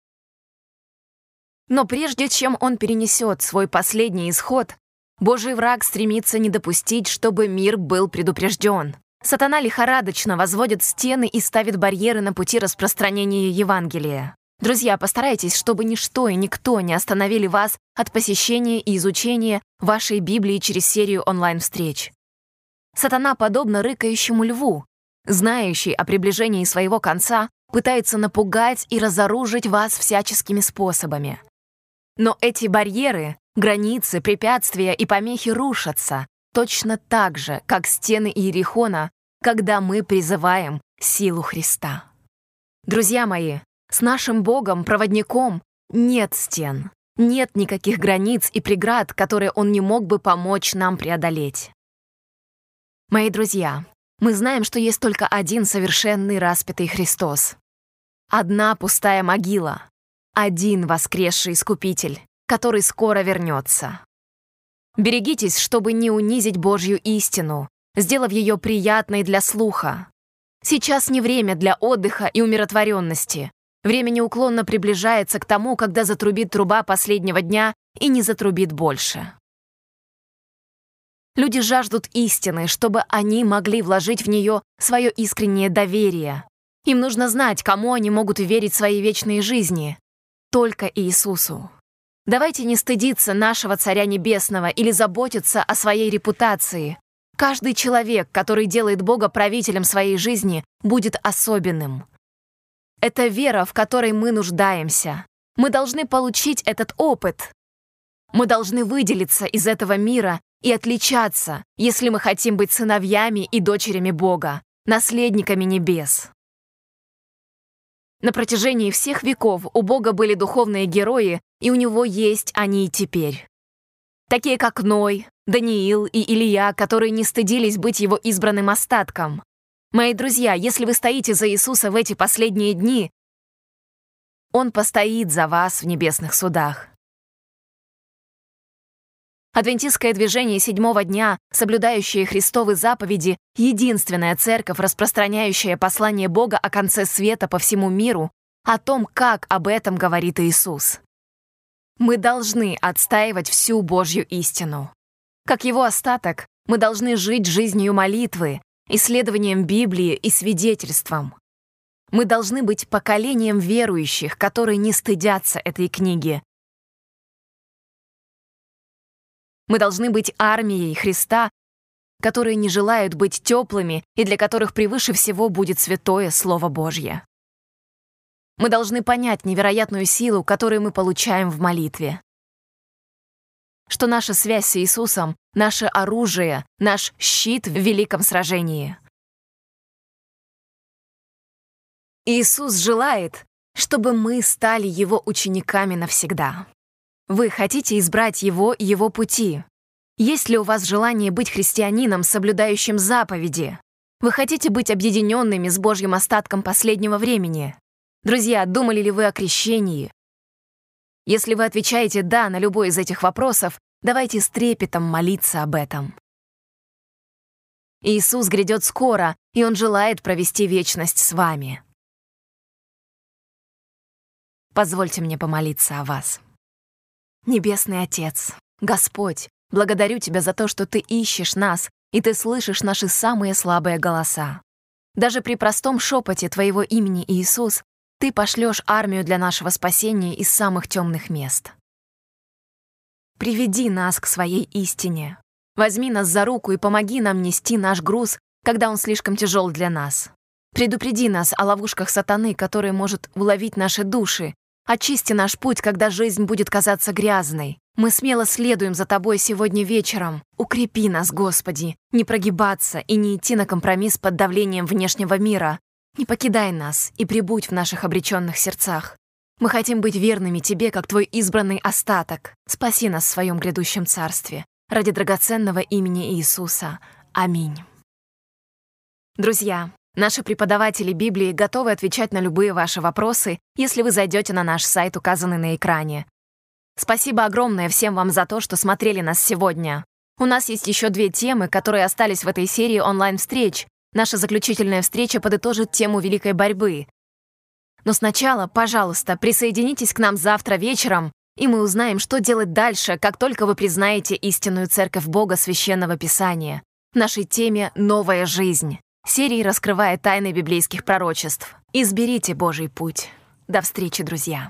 Но прежде чем он перенесет свой последний исход, Божий враг стремится не допустить, чтобы мир был предупрежден. Сатана лихорадочно возводит стены и ставит барьеры на пути распространения Евангелия. Друзья, постарайтесь, чтобы ничто и никто не остановили вас от посещения и изучения вашей Библии через серию онлайн-встреч. Сатана, подобно рыкающему льву, знающий о приближении своего конца, пытается напугать и разоружить вас всяческими способами. Но эти барьеры, границы, препятствия и помехи рушатся точно так же, как стены Иерихона, когда мы призываем силу Христа. Друзья мои, с нашим Богом, проводником, нет стен, нет никаких границ и преград, которые Он не мог бы помочь нам преодолеть. Мои друзья, мы знаем, что есть только один совершенный распятый Христос. Одна пустая могила, один воскресший Искупитель, который скоро вернется. Берегитесь, чтобы не унизить Божью истину, сделав ее приятной для слуха. Сейчас не время для отдыха и умиротворенности. Время неуклонно приближается к тому, когда затрубит труба последнего дня и не затрубит больше. Люди жаждут истины, чтобы они могли вложить в нее свое искреннее доверие. Им нужно знать, кому они могут верить в своей вечной жизни. Только Иисусу. Давайте не стыдиться нашего Царя Небесного или заботиться о своей репутации. Каждый человек, который делает Бога правителем своей жизни, будет особенным. Это вера, в которой мы нуждаемся. Мы должны получить этот опыт. Мы должны выделиться из этого мира и отличаться, если мы хотим быть сыновьями и дочерями Бога, наследниками небес. На протяжении всех веков у Бога были духовные герои, и у Него есть они и теперь. Такие как Ной, Даниил и Илия, которые не стыдились быть Его избранным остатком. Мои друзья, если вы стоите за Иисуса в эти последние дни, Он постоит за вас в небесных судах. Адвентистское движение седьмого дня, соблюдающее Христовы заповеди, единственная церковь, распространяющая послание Бога о конце света по всему миру, о том, как об этом говорит Иисус. Мы должны отстаивать всю Божью истину. Как его остаток, мы должны жить жизнью молитвы, исследованием Библии и свидетельством. Мы должны быть поколением верующих, которые не стыдятся этой книги. Мы должны быть армией Христа, которые не желают быть теплыми и для которых превыше всего будет святое Слово Божье. Мы должны понять невероятную силу, которую мы получаем в молитве. Что наша связь с Иисусом — наше оружие, наш щит в великом сражении. Иисус желает, чтобы мы стали Его учениками навсегда. Вы хотите избрать Его и Его пути? Есть ли у вас желание быть христианином, соблюдающим заповеди? Вы хотите быть объединенными с Божьим остатком последнего времени? Друзья, думали ли вы о крещении? Если вы отвечаете «да» на любой из этих вопросов, давайте с трепетом молиться об этом. Иисус грядет скоро, и Он желает провести вечность с вами. Позвольте мне помолиться о вас. Небесный Отец, Господь, благодарю Тебя за то, что Ты ищешь нас, и Ты слышишь наши самые слабые голоса. Даже при простом шепоте Твоего имени Иисус Ты пошлешь армию для нашего спасения из самых темных мест. Приведи нас к своей истине. Возьми нас за руку и помоги нам нести наш груз, когда он слишком тяжел для нас. Предупреди нас о ловушках сатаны, который может уловить наши души. Очисти наш путь, когда жизнь будет казаться грязной. Мы смело следуем за Тобой сегодня вечером. Укрепи нас, Господи, не прогибаться и не идти на компромисс под давлением внешнего мира. Не покидай нас и пребудь в наших обреченных сердцах. Мы хотим быть верными Тебе, как Твой избранный остаток. Спаси нас в Своем грядущем царстве. Ради драгоценного имени Иисуса. Аминь. Друзья, наши преподаватели Библии готовы отвечать на любые ваши вопросы, если вы зайдете на наш сайт, указанный на экране. Спасибо огромное всем вам за то, что смотрели нас сегодня. У нас есть еще 2 темы, которые остались в этой серии онлайн-встреч. Наша заключительная встреча подытожит тему великой борьбы. Но сначала, пожалуйста, присоединитесь к нам завтра вечером, и мы узнаем, что делать дальше, как только вы признаете истинную Церковь Бога Священного Писания. В нашей теме «Новая жизнь». Серии раскрывает тайны библейских пророчеств. Изберите Божий путь. До встречи, друзья!